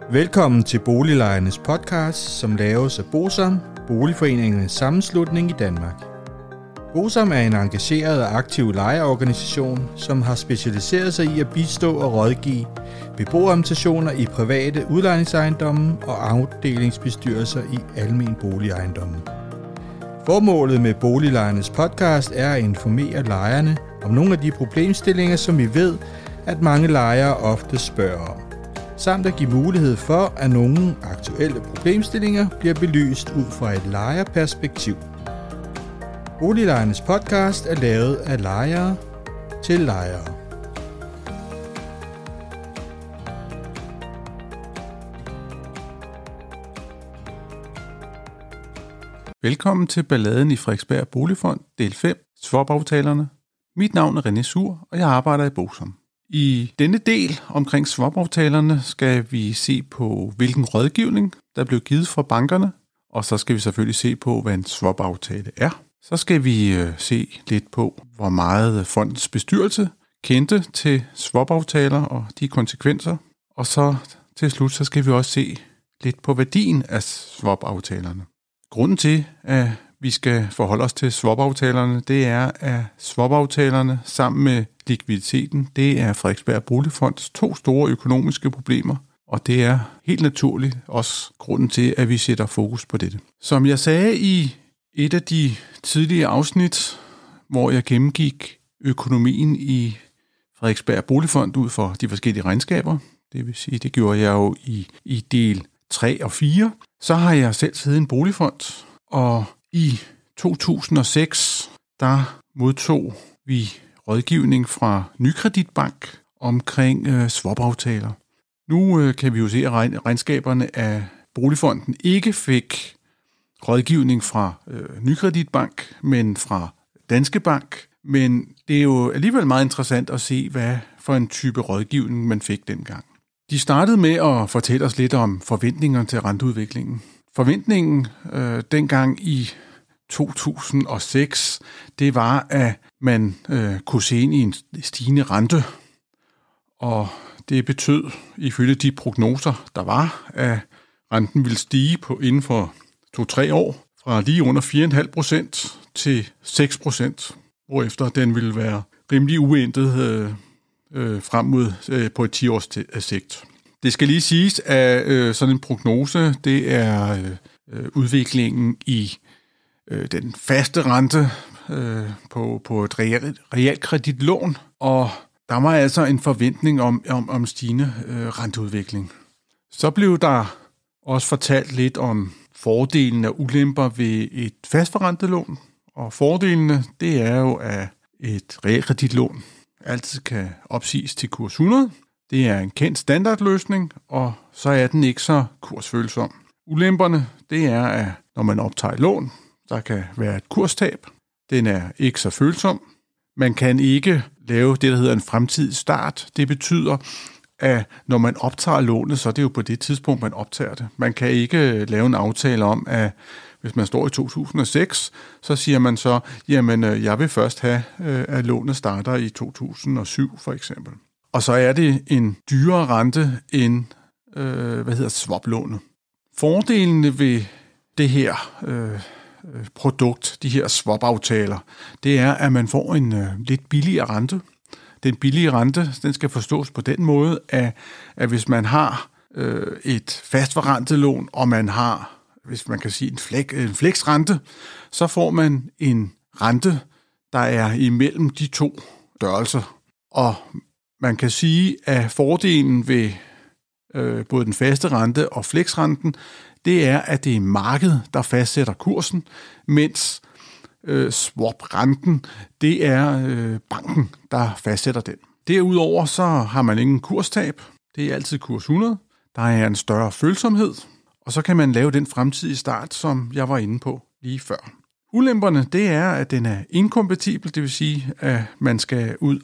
Velkommen til Boliglejernes podcast, som laves af BOSAM, Boligforeningernes Sammenslutning i Danmark. BOSAM er en engageret og aktiv lejerorganisation, som har specialiseret sig i at bistå og rådgive beboerorganisationer i private udlejningsejendomme og afdelingsbestyrelser i almen boligejendomme. Formålet med Boliglejernes podcast er at informere lejerne om nogle af de problemstillinger, som vi ved, at mange lejere ofte spørger om, samt at give mulighed for, at nogle aktuelle problemstillinger bliver belyst ud fra et lejerperspektiv. Boliglejernes podcast er lavet af lejere til lejere. Velkommen til Balladen i Frederiksberg Boligfond, del 5, swap-aftalerne. Mit navn er René Sur, og jeg arbejder i BOSAM. I denne del omkring swap-aftalerne skal vi se på, hvilken rådgivning der blev givet fra bankerne, og så skal vi selvfølgelig se på, hvad en swap-aftale er. Så skal vi se lidt på, hvor meget fondens bestyrelse kendte til swap-aftaler og de konsekvenser. Og så til slut, så skal vi også se lidt på værdien af swap-aftalerne. Grunden til, at vi skal forholde os til swap-aftalerne, det er, at swap-aftalerne sammen med likviditeten, det er Frederiksberg Boligfonds to store økonomiske problemer, og det er helt naturligt også grunden til, at vi sætter fokus på dette. Som jeg sagde i et af de tidlige afsnit, hvor jeg gennemgik økonomien i Frederiksberg Boligfond ud for de forskellige regnskaber, det vil sige, det gjorde jeg jo i del 3 og 4, så har jeg selv siddet i en boligfond, og i 2006, der modtog vi rådgivning fra Nykreditbank omkring swap-aftaler. Nu kan vi jo se, at regnskaberne af boligfonden ikke fik rådgivning fra Nykreditbank, men fra Danske Bank. Men det er jo alligevel meget interessant at se, hvad for en type rådgivning man fik dengang. De startede med at fortælle os lidt om forventninger til renteudviklingen. Forventningen dengang i 2006, det var, at man kunne se ind i en stigende rente, og det betød, ifølge de prognoser, der var, at renten ville stige inden for 2-3 år, fra lige under 4,5% til 6%, hvorefter den ville være rimelig uændret frem mod på et 10-års sigt. Det skal lige siges, at sådan en prognose, det er udviklingen i den faste rente på et realkreditlån, og der var altså en forventning om stigende renteudvikling. Så blev der også fortalt lidt om fordelene og ulemper ved et fastforrentet lån, og fordelene, det er jo, at et realkreditlån altid kan opsiges til kurs 100. Det er en kendt standardløsning, og så er den ikke så kursfølsom. Ulemperne, det er, at når man optager lån, der kan være et kurstab. Den er ikke så følsom. Man kan ikke lave det, der hedder en fremtidig start. Det betyder, at når man optager lånet, så er det jo på det tidspunkt, man optager det. Man kan ikke lave en aftale om, at hvis man står i 2006, så siger man så, jamen jeg vil først have, at lånet starter i 2007 for eksempel. Og så er det en dyrere rente end swap-lånet. Fordelene ved det her produkt, de her swap-aftaler, det er, at man får en lidt billigere rente. Den billige rente, den skal forstås på den måde, at hvis man har et fastforrentet lån, og man har, hvis man kan sige, en flexrente, så får man en rente, der er imellem de to størrelser. Og man kan sige, at fordelen ved både den faste rente og flexrenten, det er, at det er markedet, der fastsætter kursen, mens swap-renten, det er banken, der fastsætter den. Derudover så har man ingen kurstab. Det er altid kurs 100. Der er en større følsomhed, og så kan man lave den fremtidige start, som jeg var inde på lige før. Ulemperne, det er, at den er inkompatibel, det vil sige, at man skal ud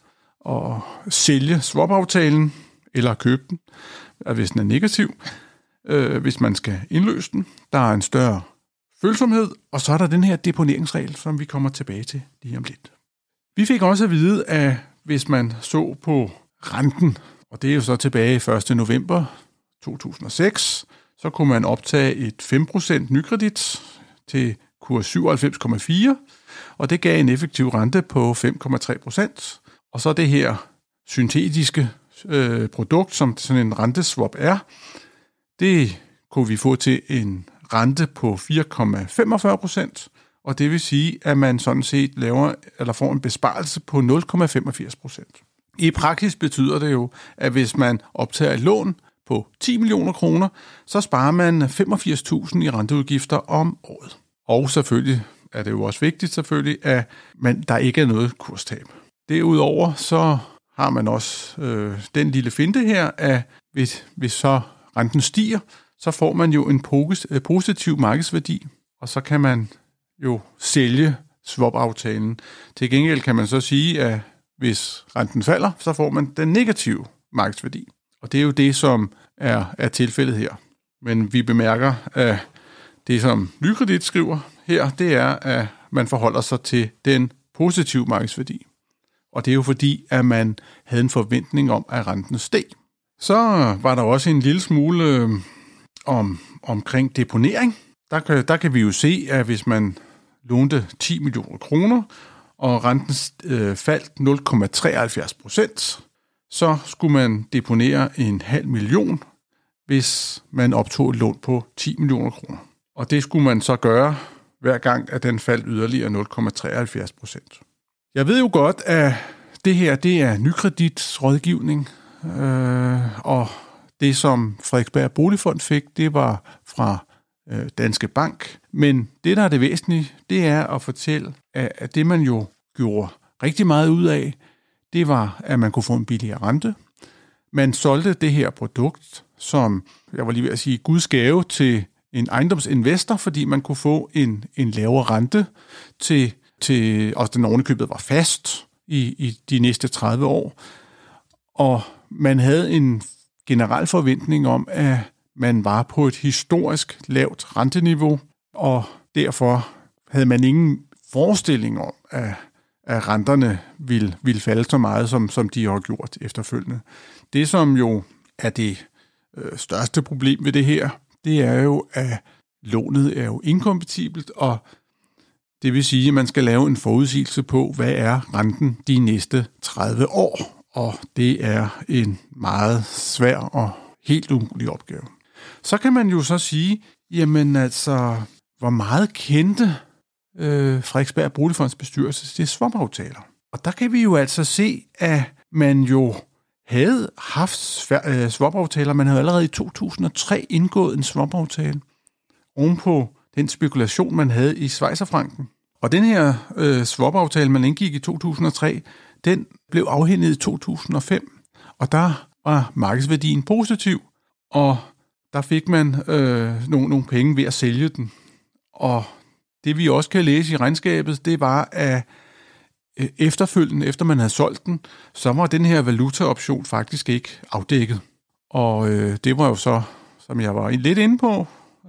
og sælge swap-aftalen, eller købe den, hvis den er negativ, hvis man skal indløse den. Der er en større følsomhed, og så er der den her deponeringsregel, som vi kommer tilbage til lige om lidt. Vi fik også at vide, at hvis man så på renten, og det er jo så tilbage 1. november 2006, så kunne man optage et 5% nykredit til kurs 97,4, og det gav en effektiv rente på 5,3%. Og så det her syntetiske produkt, som sådan en renteswap er, det kunne vi få til en rente på 4,45%, og det vil sige, at man sådan set får en besparelse på 0,85%. I praksis betyder det jo, at hvis man optager et lån på 10 millioner kroner, så sparer man 85.000 i renteudgifter om året. Og selvfølgelig er det jo også vigtigt, at der ikke er noget kurstab. Derudover så har man også den lille finte her, at hvis så renten stiger, så får man jo en positiv markedsværdi, og så kan man jo sælge swap-aftalen. Til gengæld kan man så sige, at hvis renten falder, så får man den negative markedsværdi. Og det er jo det, som er tilfældet her. Men vi bemærker, at det, som Nykredit skriver her, det er, at man forholder sig til den positive markedsværdi. Og det er jo fordi, at man havde en forventning om, at renten steg. Så var der også en lille smule omkring deponering. Der kan vi jo se, at hvis man lånte 10 millioner kroner, og renten faldt 0,73%, så skulle man deponere 500.000, hvis man optog et lån på 10 millioner kroner. Og det skulle man så gøre, hver gang, at den faldt yderligere 0,73%. Jeg ved jo godt, at det her, det er Nykredits rådgivning, og det, som Frederiksberg Boligfond fik, det var fra Danske Bank. Men det, der er det væsentlige, det er at fortælle, at det, man jo gjorde rigtig meget ud af, det var, at man kunne få en billigere rente. Man solgte det her produkt, som, jeg var lige ved at sige, Guds gave til en ejendomsinvestor, fordi man kunne få en lavere rente til også den ovenikøbet var fast i de næste 30 år. Og man havde en generel forventning om, at man var på et historisk lavt renteniveau, og derfor havde man ingen forestilling om, at renterne ville falde så meget, som de har gjort efterfølgende. Det, som jo er det største problem ved det her, det er jo, at lånet er jo inkompatibelt, og det vil sige, at man skal lave en forudsigelse på, hvad er renten de næste 30 år, og det er en meget svær og helt umulig opgave. Så kan man jo så sige, jamen altså, hvor meget kendte Frederiksberg Boligfonds bestyrelse til swap-aftaler. Og der kan vi jo altså se, at man jo havde haft swap-aftaler. Man havde allerede i 2003 indgået en swap-aftale ovenpå den spekulation, man havde i schweizerfranken. Og den her swap-aftale, man indgik i 2003, den blev afhændet i 2005. Og der var markedsværdien positiv, og der fik man nogle penge ved at sælge den. Og det vi også kan læse i regnskabet, det var, at efterfølgende, efter man havde solgt den, så var den her valutaoption faktisk ikke afdækket. Og det var jo så, som jeg var lidt inde på,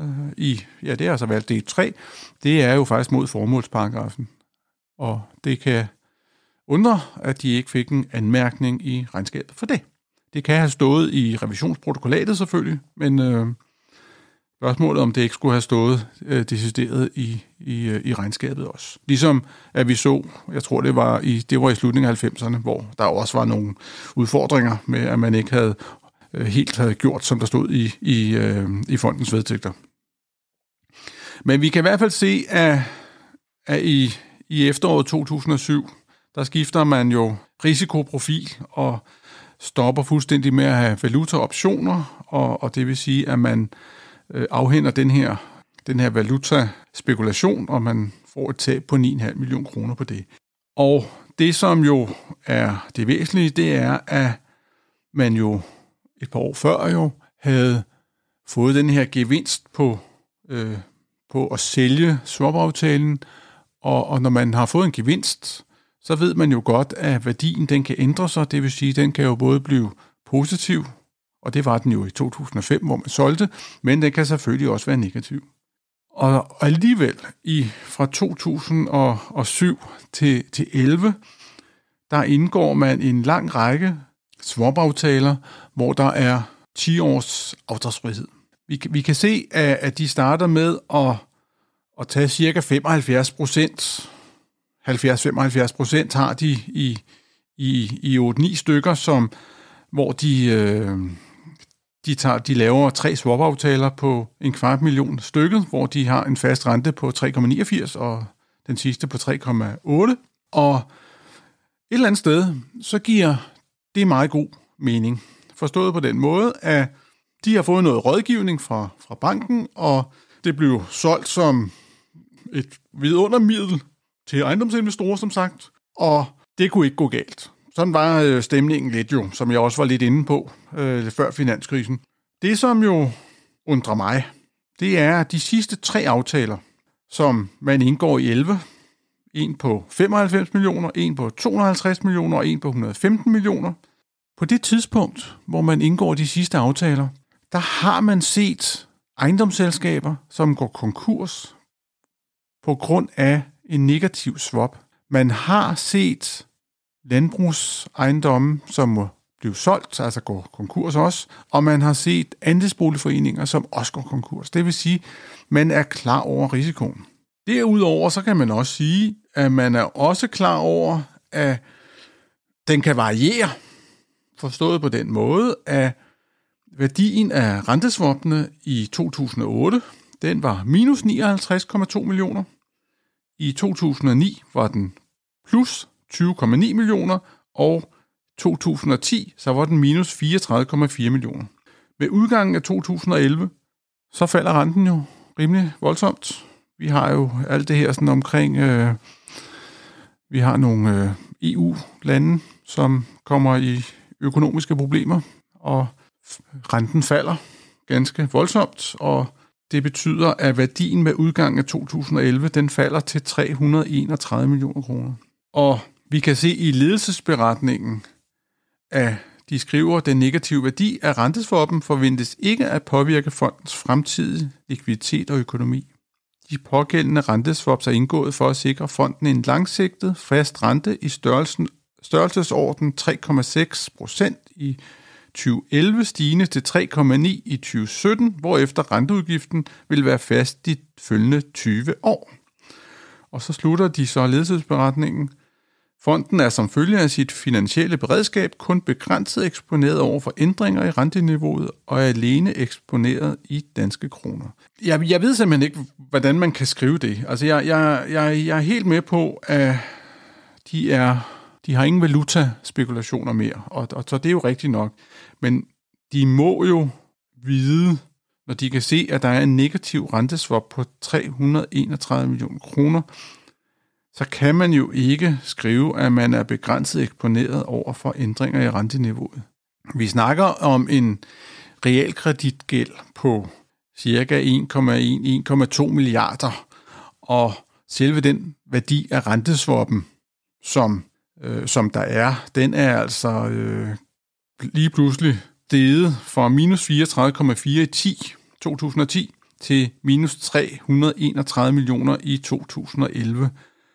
det er altså valgt del 3, det er jo faktisk mod formålsparagrafen. Og det kan undre, at de ikke fik en anmærkning i regnskabet for det. Det kan have stået i revisionsprotokollatet selvfølgelig, men spørgsmålet om det ikke skulle have stået decideret i regnskabet også. Ligesom at vi så, jeg tror det var i slutningen af 90'erne, hvor der også var nogle udfordringer med, at man ikke havde helt gjort, som der stod i fondens vedtægter. Men vi kan i hvert fald se, at i efteråret 2007, der skifter man jo risikoprofil og stopper fuldstændig med at have valutaoptioner, og det vil sige, at man afhænder den her valutaspekulation, og man får et tab på 9,5 millioner kroner på det. Og det, som jo er det væsentlige, det er, at man jo et par år før jo havde fået den her gevinst på at sælge swap-aftalen, og når man har fået en gevinst, så ved man jo godt, at værdien den kan ændre sig, det vil sige, den kan jo både blive positiv, og det var den jo i 2005, hvor man solgte, men den kan selvfølgelig også være negativ. Og alligevel, fra 2007 til 2011, der indgår man en lang række swap-aftaler, hvor der er 10-års afdragsfrihed. Vi kan se, at de starter med at tage cirka 75%. 70-75% har de i 8-9 stykker, hvor de laver 3 swap-aftaler på 250.000 stykket, hvor de har en fast rente på 3,89 og den sidste på 3,8. Og et eller andet sted, så giver det meget god mening. Forstået på den måde, at de har fået noget rådgivning fra banken, og det blev solgt som et vidundermiddel til ejendomsinvestorer, som sagt, og det kunne ikke gå galt. Sådan var stemningen lidt jo, som jeg også var lidt inde på før finanskrisen. Det, som jo undrer mig, det er de sidste 3 aftaler, som man indgår i 11. En på 95 millioner, en på 250 millioner og en på 115 millioner. På det tidspunkt, hvor man indgår de sidste aftaler, der har man set ejendomsselskaber, som går konkurs på grund af en negativ swap. Man har set landbrugsejendomme, som må blive solgt, altså går konkurs også, og man har set andelsboligforeninger, som også går konkurs. Det vil sige, man er klar over risikoen. Derudover så kan man også sige, at man er også klar over, at den kan variere, forstået på den måde, at værdien af renteswappene i 2008, den var minus 59,2 millioner. I 2009 var den plus 20,9 millioner, og 2010 så var den minus 34,4 millioner. Ved udgangen af 2011, så falder renten jo rimelig voldsomt. Vi har jo alt det her sådan omkring, vi har nogle EU-lande, som kommer i økonomiske problemer, og renten falder ganske voldsomt, og det betyder, at værdien med udgangen af 2011, den falder til 331 millioner kroner. Og vi kan se i ledelsesberetningen, at de skriver, at den negative værdi af renteswappen forventes ikke at påvirke fondens fremtidige likviditet og økonomi. De pågældende renteswaps er indgået for at sikre fonden en langsigtet fast rente i størrelsesorden 3,6% i 2011 stigende til 3,9 i 2017, hvorefter renteudgiften vil være fast de følgende 20 år. Og så slutter de så ledelsesberetningen. Fonden er som følge af sit finansielle beredskab kun begrænset eksponeret over for ændringer i renteniveauet og er alene eksponeret i danske kroner. Jeg ved simpelthen ikke, hvordan man kan skrive det. Altså jeg er helt med på, at de har ingen valutaspekulationer mere, og så det er jo rigtigt nok. Men de må jo vide, når de kan se, at der er en negativ renteswap på 331 millioner kroner, så kan man jo ikke skrive, at man er begrænset eksponeret over for ændringer i renteniveauet. Vi snakker om en realkreditgæld på cirka 1,2 milliarder, og selve den værdi af renteswappen, som der er, den er altså lige pludselig steget fra minus 34,4 i 2010 til minus 331 millioner i 2011.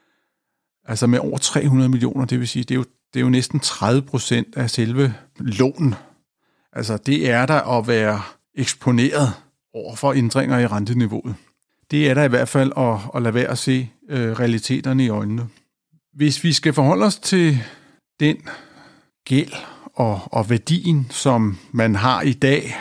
Altså med over 300 millioner, det vil sige, det er jo næsten 30% af selve lån. Altså det er der at være eksponeret over for ændringer i renteniveauet. Det er der i hvert fald at lade være at se realiteterne i øjnene. Hvis vi skal forholde os til den gæld og værdien, som man har i dag,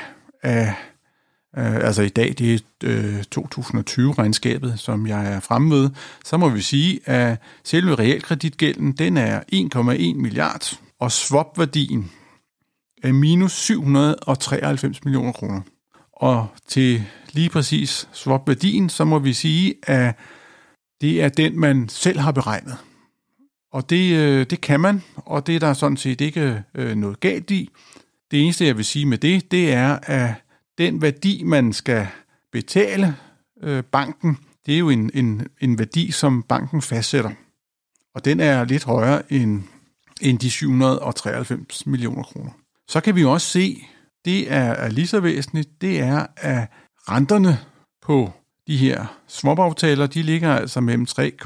altså i dag, det er 2020-regnskabet, som jeg er fremme ved, så må vi sige, at selve realkreditgælden, den er 1,1 milliard, og swapværdien er minus 793 millioner kroner. Og til lige præcis swapværdien, så må vi sige, at det er den, man selv har beregnet. Og det kan man, og det er der sådan set ikke noget galt i. Det eneste, jeg vil sige med det er, at den værdi, man skal betale banken, det er jo en værdi, som banken fastsætter. Og den er lidt højere end de 793 millioner kroner. Så kan vi også se, det er lige så væsentligt, det er, at renterne på de her swap-aftaler, de ligger altså mellem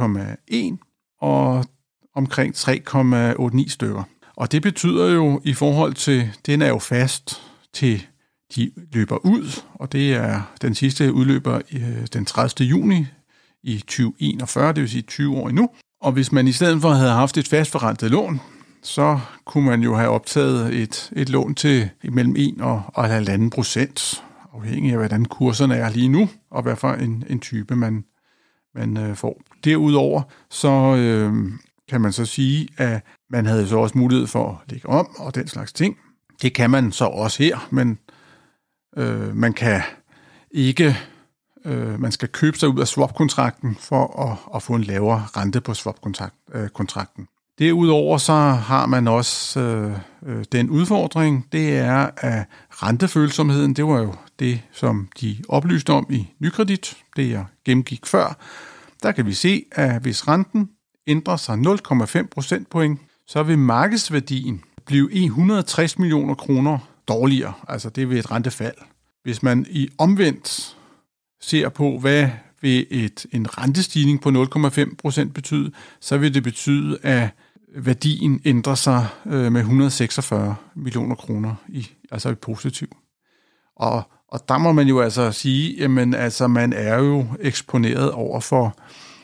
3,1 og omkring 3,89 stykker. Og det betyder jo i forhold til, den er jo fast til de løber ud, og det er den sidste udløber den 30. juni i 2041, det vil sige 20 år endnu. Og hvis man i stedet for havde haft et fastforrentet lån, så kunne man jo have optaget et lån til mellem 1 og 1,5%, afhængig af, hvordan kurserne er lige nu, og hvad for en type man får. Derudover så kan man så sige, at man havde så også mulighed for at lægge om og den slags ting. Det kan man så også her, men man kan ikke, man skal købe sig ud af swap-kontrakten for at få en lavere rente på swap-kontrakten. Derudover så har man også den udfordring, det er, at rentefølsomheden, det var jo det, som de oplyste om i Nykredit, det jeg gennemgik før. Der kan vi se, at hvis renten ændrer sig 0,5 procentpoint, så vil markedsværdien blive 160 millioner kroner dårligere, altså det ved et rentefald. Hvis man i omvendt ser på, hvad vil en rentestigning på 0,5% betyde, så vil det betyde, at værdien ændrer sig med 146 millioner kroner, altså i positiv. Og der må man jo altså sige, jamen altså man er jo eksponeret over for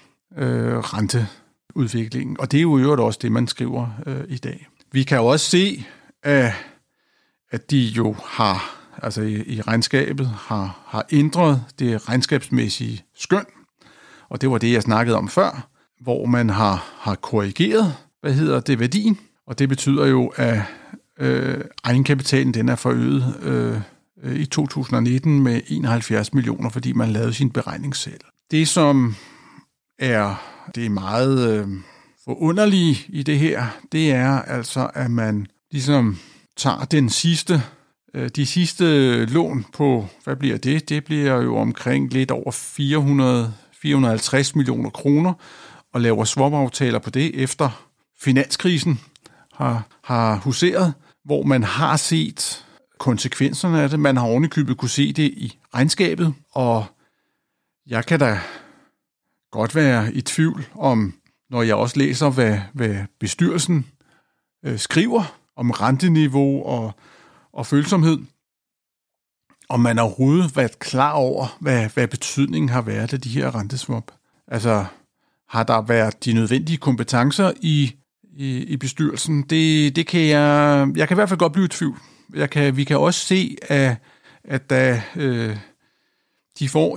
renteudviklingen, og det er jo i øvrigt også det, man skriver i dag. Vi kan også se, at de jo har, altså i regnskabet, har ændret det regnskabsmæssige skøn, og det var det, jeg snakkede om før, hvor man har korrigeret, værdien, og det betyder jo, at egenkapitalen den er forøget i 2019 med 71 millioner, fordi man lavede sin beregning selv. Det, som det er meget forunderlige i det her, det er altså, at man ligesom tager de sidste lån på, hvad bliver det? Det bliver jo omkring lidt over 450 millioner kroner, og laver swap-aftaler på det, efter finanskrisen har huseret, hvor man har set konsekvenserne af det. Man har ovenikøbet kunne se det i regnskabet, og jeg kan da godt være i tvivl om, når jeg også læser, hvad bestyrelsen skriver om renteniveau og følsomhed, om man overhovedet været klar over, hvad betydningen har været af de her renteswap. Altså, har der været de nødvendige kompetencer i bestyrelsen? Det kan jeg kan i hvert fald godt blive i tvivl. Vi kan også se, at da de får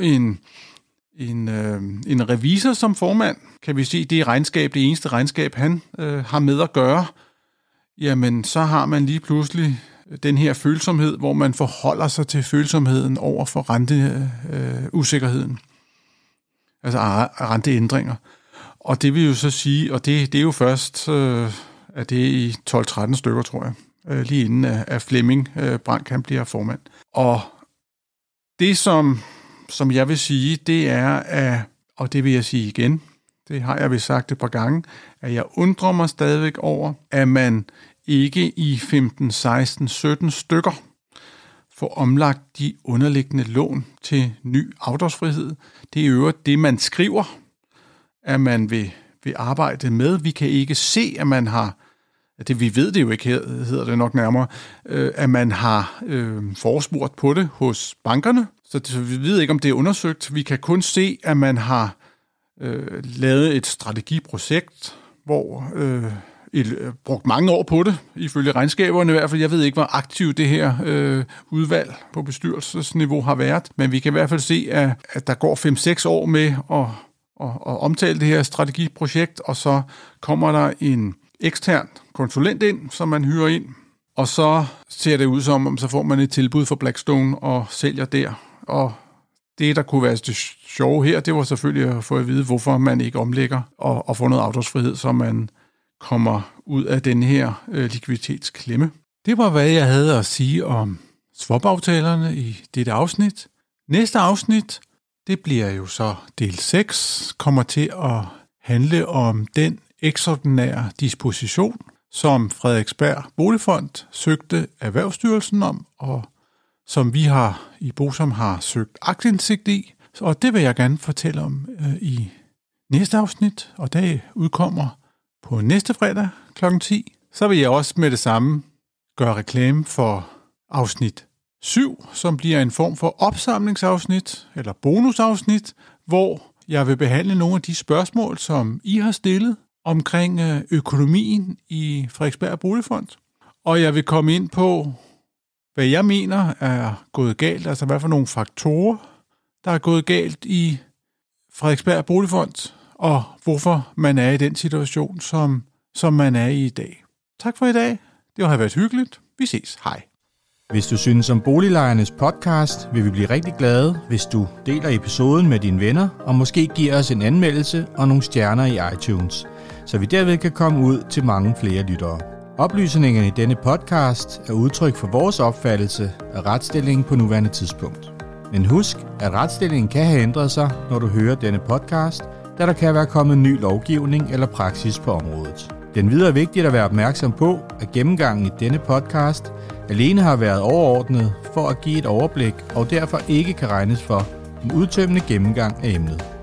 en revisor som formand, kan vi se, det eneste regnskab, han har med at gøre, jamen så har man lige pludselig den her følsomhed, hvor man forholder sig til følsomheden over for renteusikkerheden. Altså renteændringer. Og det vil jo så sige, og det er jo først, at det er i 12-13 stykker, tror jeg, lige inden at Flemming Brank, han bliver formand. Og det, som jeg vil sige, det er, at, og det vil jeg sige igen, det har jeg vist sagt et par gange, at jeg undrer mig stadigvæk over, at man ikke i 15, 16, 17 stykker får omlagt de underliggende lån til ny afdragsfrihed. Det er i øvrigt det, man skriver, at man vil arbejde med. Vi kan ikke se, at man har, vi ved det jo ikke, hedder det nok nærmere, at man har forespurgt på det hos bankerne. Så vi ved ikke, om det er undersøgt. Vi kan kun se, at man har lavet et strategiprojekt, hvor brugt mange år på det, ifølge regnskaberne i hvert fald. Jeg ved ikke, hvor aktivt det her udvalg på bestyrelsesniveau har været, men vi kan i hvert fald se, at der går 5-6 år med at omtale det her strategiprojekt, og så kommer der en ekstern konsulent ind, som man hyrer ind, og så ser det ud som, om så får man et tilbud fra Blackstone og sælger der. Og det, der kunne være det sjove her, det var selvfølgelig at få at vide, hvorfor man ikke omlægger og får noget afdragsfrihed, så man kommer ud af den her likviditetsklemme. Det var, hvad jeg havde at sige om swap-aftalerne i dette afsnit. Næste afsnit, det bliver jo så del 6, kommer til at handle om den ekstraordinære disposition, som Frederiksberg Boligfond søgte Erhvervsstyrelsen om, og som vi i BOSAM har søgt aktindsigt i. Og det vil jeg gerne fortælle om i næste afsnit, og det udkommer på næste fredag kl. 10. Så vil jeg også med det samme gøre reklame for afsnit 7, som bliver en form for opsamlingsafsnit eller bonusafsnit, hvor jeg vil behandle nogle af de spørgsmål, som I har stillet omkring økonomien i Frederiksberg Boligfond. Og jeg vil komme ind på, hvad jeg mener er gået galt, altså hvad for nogle faktorer, der er gået galt i Frederiksberg Boligfond, og hvorfor man er i den situation, som man er i dag. Tak for i dag. Det har været hyggeligt. Vi ses. Hej. Hvis du synes om Boliglejernes podcast, vil vi blive rigtig glade, hvis du deler episoden med dine venner, og måske giver os en anmeldelse og nogle stjerner i iTunes, så vi derved kan komme ud til mange flere lyttere. Oplysningerne i denne podcast er udtryk for vores opfattelse af retsstillingen på nuværende tidspunkt. Men husk, at retsstillingen kan have ændret sig, når du hører denne podcast, da der kan være kommet ny lovgivning eller praksis på området. Det er videre vigtigt at være opmærksom på, at gennemgangen i denne podcast alene har været overordnet for at give et overblik og derfor ikke kan regnes for en udtømmende gennemgang af emnet.